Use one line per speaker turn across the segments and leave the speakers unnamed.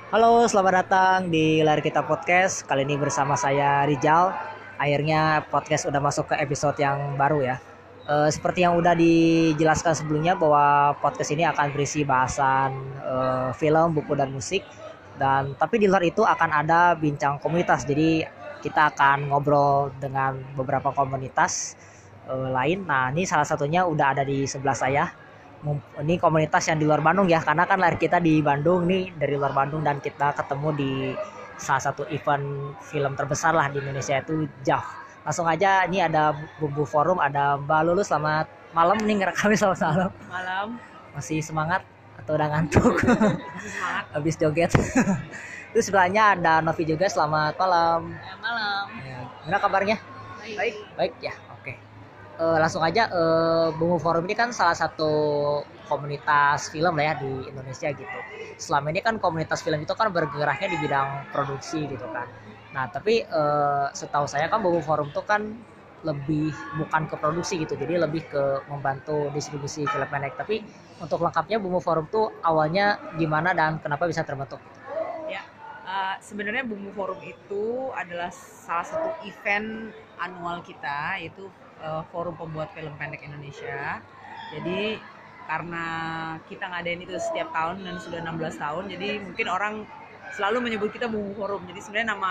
Halo, selamat datang di Layar Kita Podcast. Kali ini bersama saya Rijal. Akhirnya podcast udah masuk ke episode yang baru ya. Seperti yang udah dijelaskan sebelumnya bahwa podcast ini akan berisi bahasan film, buku dan musik. Dan tapi di luar itu akan ada bincang komunitas. Jadi kita akan ngobrol dengan beberapa komunitas lain. Nah, ini salah satunya udah ada di sebelah saya. Ini komunitas yang di luar Bandung ya, karena kan lahir kita di Bandung nih, dari luar Bandung, dan kita ketemu di salah satu event film terbesar lah di Indonesia, itu JAF. Langsung aja, ini ada Bumbu Forum, ada Mbak Lulu. Selamat malam nih, ngerekamnya selamat malam.
Malam.
Masih semangat atau udah ngantuk?
Masih semangat.
Habis joget. Terus sebelahnya ada Novi juga. Selamat malam.
Malam.
Ya, gimana kabarnya?
Baik.
Baik ya, oke. Langsung aja, Bumbu Forum ini kan salah satu komunitas film lah ya di Indonesia gitu. Selama ini kan komunitas film itu kan bergeraknya di bidang produksi gitu kan. Nah tapi setahu saya kan Bumbu Forum itu kan lebih bukan ke produksi gitu, jadi lebih ke membantu distribusi film pendek. Tapi untuk lengkapnya Bumbu Forum tuh awalnya gimana dan kenapa bisa terbentuk?
Ya. Sebenarnya Bumbu Forum itu adalah salah satu event annual kita, yaitu Forum Pembuat Film Pendek Indonesia. Jadi karena kita ngadain itu setiap tahun dan sudah 16 tahun, jadi mungkin orang selalu menyebut kita Bumbu Forum. Jadi sebenarnya nama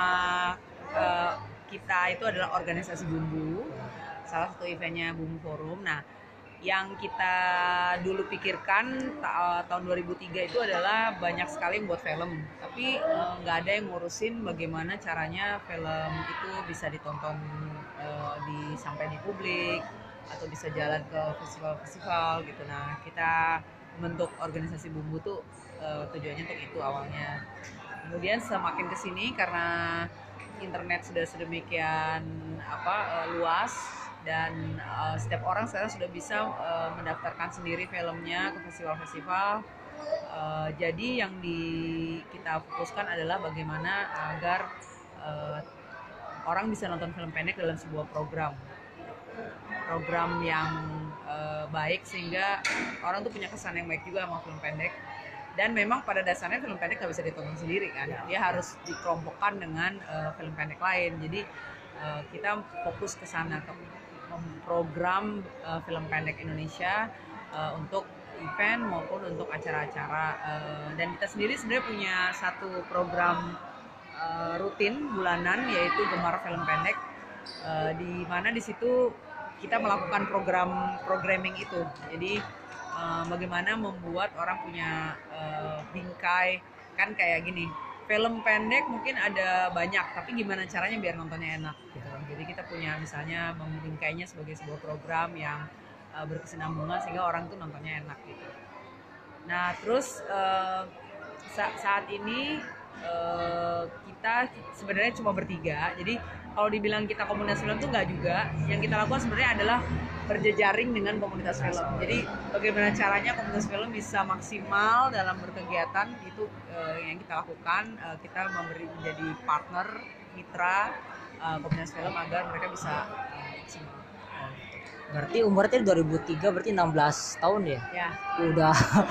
kita itu adalah organisasi bumbu. Salah satu eventnya Bumbu Forum. Nah, yang kita dulu pikirkan tahun 2003 itu adalah banyak sekali buat film, tapi nggak ada yang ngurusin bagaimana caranya film itu bisa ditonton sampai di publik atau bisa jalan ke festival-festival gitu. Nah, kita membentuk organisasi bumbu tuh tujuannya untuk itu awalnya. Kemudian semakin kesini karena internet sudah sedemikian luas, dan setiap orang sekarang sudah bisa mendaftarkan sendiri filmnya ke festival-festival. Jadi yang kita fokuskan adalah bagaimana agar orang bisa nonton film pendek dalam sebuah program yang baik, sehingga orang tuh punya kesan yang baik juga sama film pendek. Dan memang pada dasarnya film pendek nggak bisa ditonton sendiri kan, dia harus dikelompokkan dengan film pendek lain. Jadi kita fokus ke sana, ke program film pendek Indonesia untuk event maupun untuk acara-acara. Dan kita sendiri sebenarnya punya satu program rutin bulanan, yaitu Gemar Film Pendek, di mana di situ kita melakukan programming itu. Jadi bagaimana membuat orang punya bingkai, kan kayak gini, film pendek mungkin ada banyak, tapi gimana caranya biar nontonnya enak gitu. Jadi kita punya misalnya membingkainya sebagai sebuah program yang berkesinambungan sehingga orang tuh nontonnya enak gitu. Nah terus saat ini kita sebenarnya cuma bertiga. Jadi kalau dibilang kita komunitas film tuh nggak juga. Yang kita lakukan sebenarnya adalah berjejaring dengan komunitas film. Jadi bagaimana caranya komunitas film bisa maksimal dalam berkegiatan, itu yang kita lakukan. Kita menjadi partner, mitra komunitas film agar mereka bisa maksimal.
Berarti umurnya 2003, berarti 16 tahun ya?
Ya.
Udah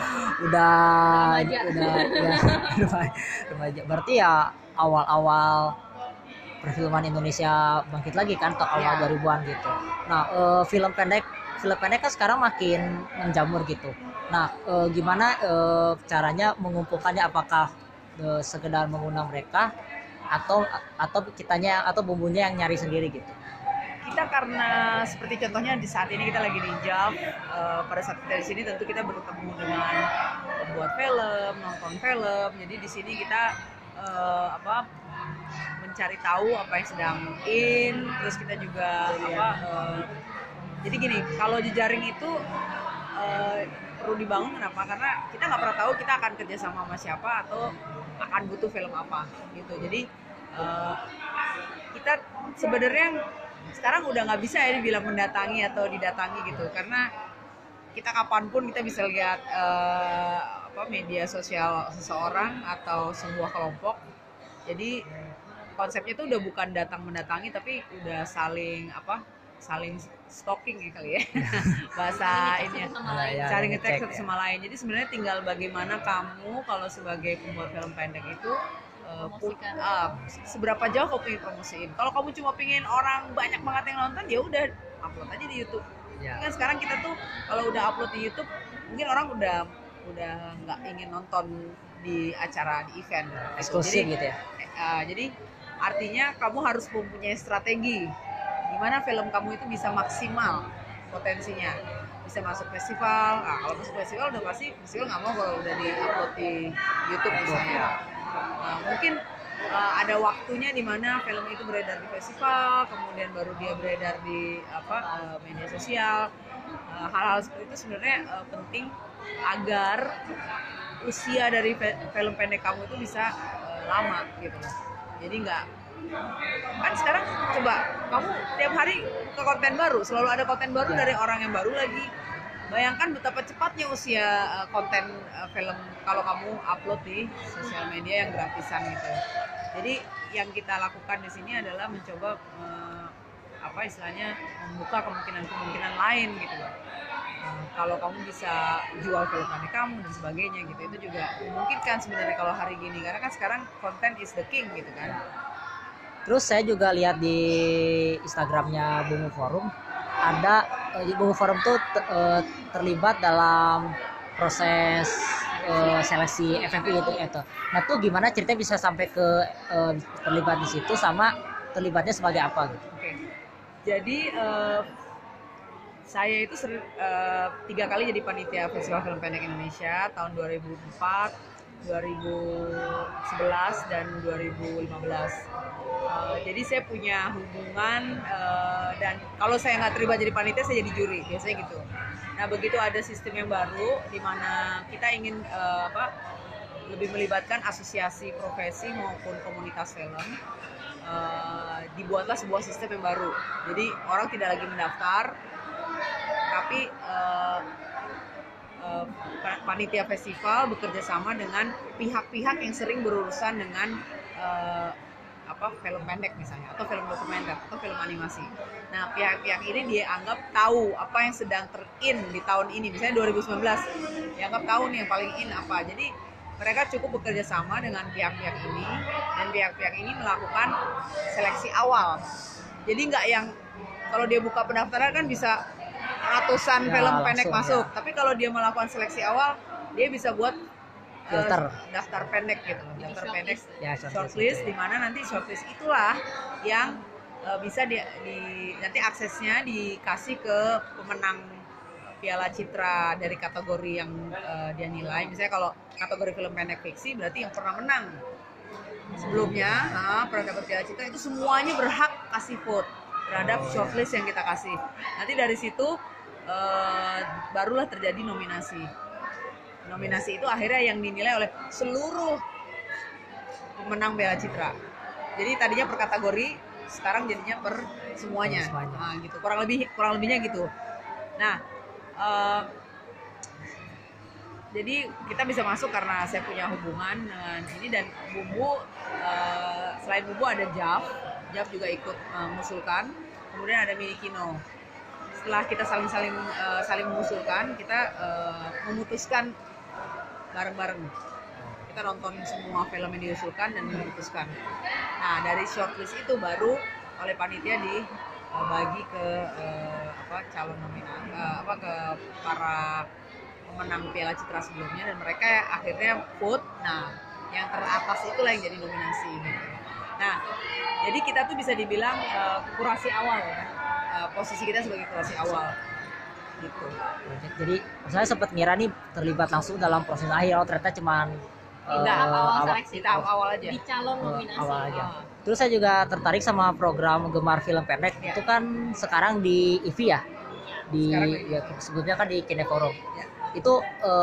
remaja. Berarti ya awal-awal perfilman Indonesia bangkit lagi kan, ke awal 2000-an gitu. Nah, film pendek kan sekarang makin menjamur gitu. Nah, gimana caranya mengumpulkannya? Apakah sekedar mengundang mereka atau kitanya atau bumbunya yang nyari sendiri gitu?
Kita karena seperti contohnya di saat ini kita lagi di JAF, pada saat kita di sini tentu kita bertemu dengan pembuat film, nonton film. Jadi di sini kita mencari tahu apa yang sedang in. Terus kita juga jadi gini, kalau jejaring itu perlu dibangun. Kenapa? Karena kita nggak pernah tahu kita akan kerja sama siapa atau akan butuh film apa gitu. Jadi kita sebenarnya sekarang udah nggak bisa ya dibilang mendatangi atau didatangi gitu, karena kita kapanpun kita bisa lihat media sosial seseorang atau sebuah kelompok. Jadi konsepnya tuh udah bukan datang mendatangi, tapi udah saling stalking ya kali ya bahasa ini ya, saling nge-tag satu sama lain. Jadi sebenarnya tinggal bagaimana kamu kalau sebagai pembuat film pendek itu seberapa jauh kamu pengen promosiin. Kalau kamu cuma pengen orang banyak banget yang nonton, ya udah upload aja di YouTube. Kan sekarang kita tuh kalau udah upload di YouTube, mungkin orang udah nggak ingin nonton di acara di event
eksklusif gitu ya.
Jadi artinya kamu harus mempunyai strategi gimana film kamu itu bisa maksimal potensinya, bisa masuk festival. Nah, kalau masuk festival udah pasti festival nggak mau kalau udah di-upload di YouTube misalnya. Mungkin ada waktunya di mana film itu beredar di festival, kemudian baru dia beredar di media sosial. Hal-hal seperti itu sebenarnya penting agar usia dari film pendek kamu itu bisa lama gitu loh. Jadi nggak, kan sekarang coba kamu tiap hari ke konten baru, selalu ada konten baru dari orang yang baru lagi. Bayangkan betapa cepatnya usia konten film kalau kamu upload di sosial media yang gratisan gitu. Jadi yang kita lakukan di sini adalah mencoba istilahnya membuka kemungkinan lain gitu loh. Kalau kamu bisa jual film pendek kamu dan sebagainya gitu, itu juga memungkinkan sebenarnya kalau hari gini, karena kan sekarang content is the king gitu kan.
Terus saya juga lihat di Instagramnya Bungu Forum, ada Bungu Forum tuh terlibat dalam proses seleksi FFI itu. Nah tuh gimana ceritanya bisa sampai ke terlibat di situ, sama terlibatnya sebagai apa gitu?
Oke. Jadi saya itu 3 kali jadi panitia Festival Film Pendek Indonesia tahun 2004, 2011 dan 2015. Jadi saya punya hubungan dan kalau saya nggak terlibat jadi panitia, saya jadi juri biasanya gitu. Nah begitu ada sistem yang baru di mana kita ingin lebih melibatkan asosiasi profesi maupun komunitas film, dibuatlah sebuah sistem yang baru. Jadi orang tidak lagi mendaftar, tapi panitia festival bekerja sama dengan pihak-pihak yang sering berurusan dengan film pendek misalnya, atau film dokumenter, atau film animasi. Nah, pihak-pihak ini dia anggap tahu apa yang sedang ter-in di tahun ini. Misalnya 2019, dianggap tahu nih yang paling in apa. Jadi mereka cukup bekerja sama dengan pihak-pihak ini, dan pihak-pihak ini melakukan seleksi awal. Jadi nggak yang kalau dia buka pendaftaran kan bisa ratusan film pendek masuk, tapi kalau dia melakukan seleksi awal, dia bisa buat daftar pendek gitu, daftar pendek, shortlist, di mana nanti shortlist itulah yang bisa nanti aksesnya dikasih ke pemenang Piala Citra dari kategori yang dia nilai. Misalnya kalau kategori film pendek fiksi, berarti yang pernah menang sebelumnya, pernah dapat Piala Citra, itu semuanya berhak kasih vote terhadap shortlist yang kita kasih. Nanti dari situ barulah terjadi nominasi. Nominasi itu akhirnya yang dinilai oleh seluruh pemenang Piala Citra. Jadi tadinya per kategori, sekarang jadinya per semuanya. Nah, gitu. Kurang lebihnya gitu. Nah, jadi kita bisa masuk karena saya punya hubungan dengan ini, dan Bumbu, selain Bumbu ada Jaf juga ikut mengusulkan. Kemudian ada Minikino. Setelah kita saling mengusulkan, kita memutuskan bareng-bareng. Kita nonton semua film yang diusulkan dan memutuskan. Nah, dari shortlist itu baru oleh panitia dibagi ke calon nominasi, ke para pemenang Piala Citra sebelumnya, dan mereka akhirnya vote. Nah, yang teratas itulah yang jadi nominasi. Nah, jadi kita tuh bisa dibilang kurasi awal ya. Posisi kita sebagai kurasi awal gitu.
Jadi saya sempat ngira nih terlibat langsung dalam proses akhir, ternyata cuman
tahap awal aja.
Di calon nominasi.
Awal aja. Terus saya juga tertarik sama program Gemar Film Pendek. Itu kan sekarang di IVI ya. Sebelumnya kan di Kineforum. Itu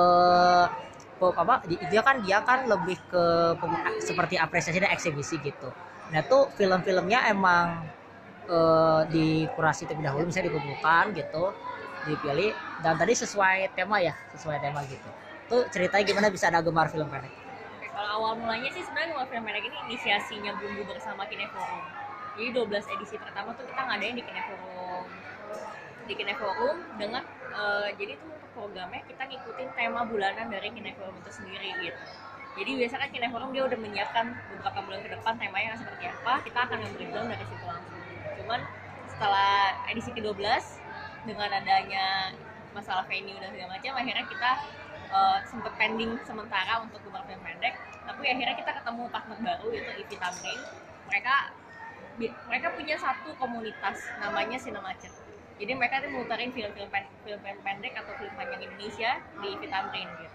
dia kan lebih ke seperti apresiasi dan eksibisi gitu. Nah tuh film-filmnya emang dikurasi terlebih dahulu, misalnya dikumpulkan gitu, dipilih, dan tadi sesuai tema gitu. Tuh ceritanya gimana bisa ada Gemar Film Pendek?
Kalau awal mulanya sih sebenarnya Gemar Film Pendek ini inisiasinya Bumbu bersama Kineforum. Jadi 12 edisi pertama tuh kita ngadain di Kineforum di Kineforum dengan jadi itu untuk programnya kita ngikutin tema bulanan dari Kineforum itu sendiri gitu. Jadi biasa kan Kineforum dia udah menyiapkan beberapa bulan ke depan temanya seperti apa, kita akan nge-breakdown dari situ langsung. Cuman setelah edisi ke-12 dengan adanya masalah venue dan segala macam, akhirnya kita sempat pending sementara untuk beberapa film pendek, tapi akhirnya kita ketemu partner baru yaitu Ivy Tamrin. Mereka punya satu komunitas namanya Cinemacer. Jadi mereka tuh mutarin film-film pendek atau film panjang Indonesia di Ivy Tamrin gitu.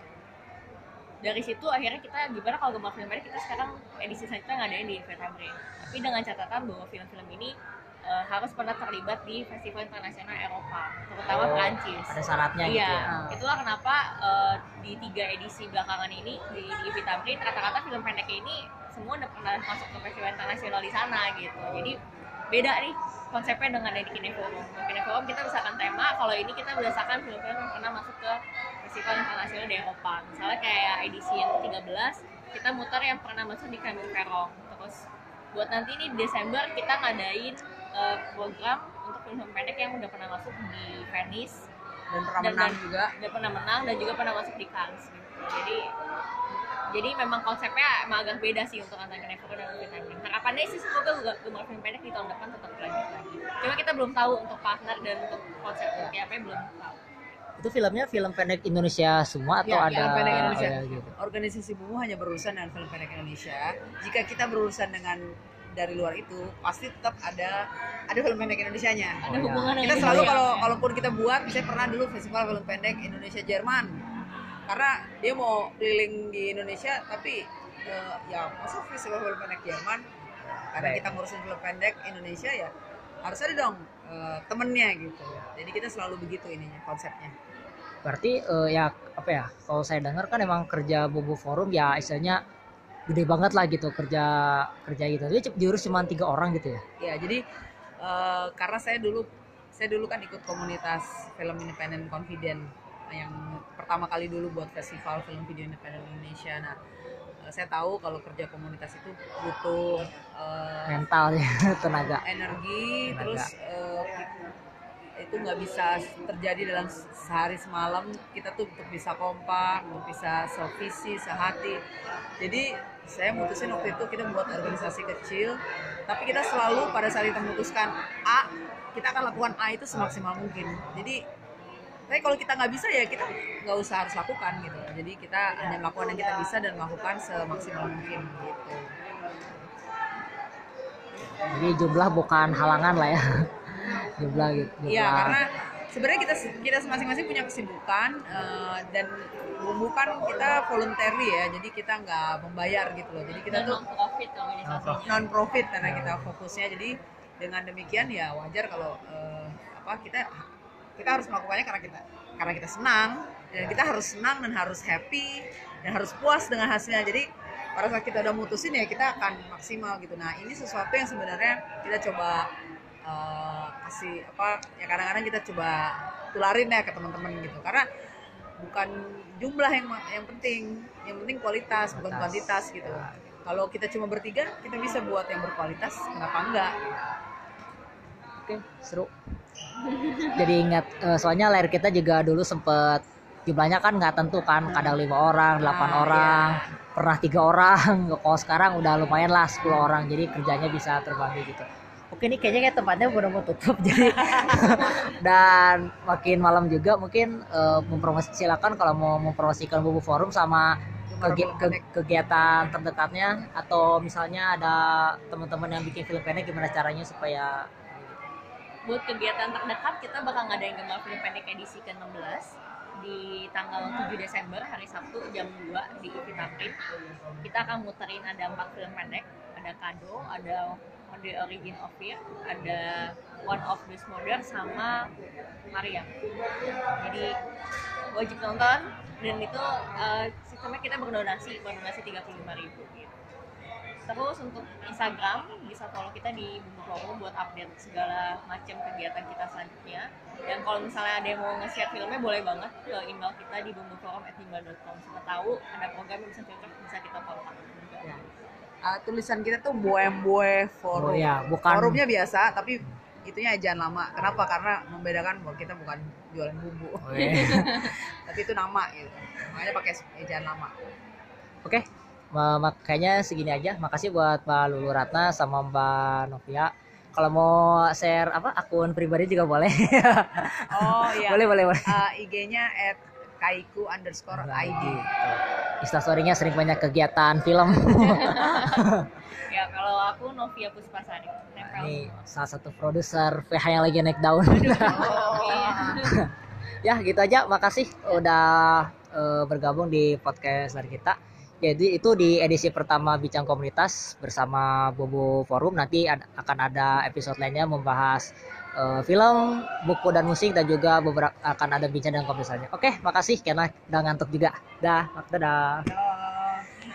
Dari situ akhirnya kita gimana kalau gemar film pendek kita sekarang edisi selanjutnya ngadain di Ivy Tamrin. Tapi dengan catatan bahwa film-film ini harus pernah terlibat di festival internasional Eropa, terutama Prancis.
Ada syaratnya
iya,
gitu ya.
Itulah kenapa di 3 edisi belakangan ini di Ivy Tamrin rata-rata film pendek ini semua udah pernah masuk ke festival internasional di sana gitu. Jadi beda nih konsepnya dengan di Kineforum. Di Kineforum kita berdasarkan tema, kalau ini kita berdasarkan film-film yang pernah masuk ke festival internasional di Eropa. Misalnya kayak edisi yang ke-13 kita muter yang pernah masuk di Clermont-Ferrand. Terus buat nanti nih di Desember kita ngadain program untuk film pendek yang udah pernah masuk di Venice
dan pernah menang juga.
Dan pernah menang dan juga pernah masuk di Cannes gitu. Jadi memang konsepnya emang agak beda sih untuk antara Kineforum dan Ivy Tamrin. Harapannya sih semoga gemar film pendek di tahun depan tetap lanjut lagi. Cuma kita belum tahu untuk partner dan untuk konsep seperti apa belum tahu.
Itu filmnya film pendek Indonesia semua atau
Ya,
ada
film pendek Indonesia.
ya, gitu.
Organisasi Bumu hanya berurusan dengan film pendek Indonesia. Jika kita berurusan dengan dari luar itu, pasti tetap ada film pendek Indonesianya.
Ada hubungan
Kita
dengan
selalu
Indonesia.
kalaupun kita buat, misalnya pernah dulu festival film pendek Indonesia Jerman, karena dia mau keliling di Indonesia, tapi ya masa festival film pendek Jerman, karena
Baik.
kita ngurusin film pendek Indonesia ya harus ada dong temennya gitu. Jadi kita selalu begitu ininya konsepnya.
Berarti ya apa ya? Kalau saya dengar kan emang kerja Bumbu Forum ya istilahnya gede banget lah gitu kerja gitu. Jadi diurus cuma 3 orang gitu ya.
Ya, jadi karena saya dulu kan ikut komunitas film independen Confident yang pertama kali dulu buat festival film video independen Indonesia. Nah, saya tahu kalau kerja komunitas itu butuh
Mental ya, tenaga.
energi, terus itu nggak bisa terjadi dalam sehari semalam. Kita tuh untuk bisa kompak, untuk bisa sevisi, sehati. Jadi saya mutusin waktu itu kita buat organisasi kecil, tapi kita selalu pada saat kita memutuskan A, kita akan lakukan A itu semaksimal mungkin. Jadi tapi kalau kita nggak bisa ya kita nggak usah harus lakukan gitu. Jadi kita hanya melakukan yang kita bisa dan melakukan semaksimal mungkin gitu.
Jadi jumlah bukan halangan lah ya. jumlah gitu.
Iya, karena sebenarnya kita masing-masing punya kesibukan dan Bumbu kan kita voluntary ya, jadi kita nggak membayar gitu loh. Jadi kita tuh
non-profit organisasinya.
non profit karena kita fokusnya. Jadi dengan demikian ya wajar kalau kita harus melakukannya karena kita senang, dan kita harus senang dan harus happy dan harus puas dengan hasilnya. Jadi pada saat kita udah mutusin ya kita akan maksimal gitu. Nah ini sesuatu yang sebenarnya kita coba kasih ya kadang-kadang kita coba tularin ya ke teman-teman gitu, karena bukan jumlah yang penting kualitas bukan kuantitas gitu. Kalau kita cuma bertiga kita bisa buat yang berkualitas, kenapa enggak?
Oke, seru. Jadi ingat soalnya layar kita juga dulu sempet jumlahnya kan nggak tentu kan, kadang 5 orang, 8 orang, pernah 3 orang. Kalau sekarang udah lumayan lah 10 orang, jadi kerjanya bisa terbagi gitu. Oke, ini kayaknya tempatnya udah mau tutup jadi dan makin malam juga mungkin silakan kalau mau mempromosikan Bumbu Forum sama kegiatan terdekatnya, atau misalnya ada teman-teman yang bikin film pendek gimana caranya supaya.
Buat kegiatan terdekat kita bakal ngadain Gemar Film Pendek edisi ke-16 di tanggal 7 Desember hari Sabtu jam 2 di Ivy Tamrin. Kita akan muterin ada 4 film pendek, ada Kado, ada On the Origin of Fear, ada One of the Mother sama Maria. Jadi wajib nonton, dan itu sistemnya kita berdonasi 35.000 gitu. Terus untuk Instagram bisa follow kita di Bumbu Forum buat update segala macam kegiatan kita selanjutnya. Dan kalau misalnya ada yang mau nge-share filmnya boleh banget ke email kita di bumbuforum@gmail.com. Siapa tahu ada program yang bisa cocok, bisa kita kontak.
Tulisan kita tuh Boem Forum.
Oh ya, bukan
Forumnya biasa, tapi itunya ejaan lama. Kenapa? Karena membedakan bahwa kita bukan jualan bumbu.
Oh, iya.
Tapi itu nama gitu. Makanya pakai ejaan lama.
Oke, makanya segini aja. Makasih buat Mbak Lulu Ratna sama Mbak Novia. Kalau mau share akun pribadi juga boleh.
Oh iya.
boleh.
IG-nya @kaiku_id.
Instastory-nya sering banyak kegiatan film.
Ya kalau aku Novia Puspasari.
Ini salah satu produser PH yang lagi naik daun. Ya gitu aja. Makasih udah bergabung di podcast dari kita. Jadi itu di edisi pertama Bincang Komunitas bersama Bobo Forum. Nanti akan ada episode lainnya membahas film, buku dan musik, dan juga beberapa akan ada bincang dan komunitasnya. Oke, makasih karena udah ngantuk juga. Dadah.
Oh.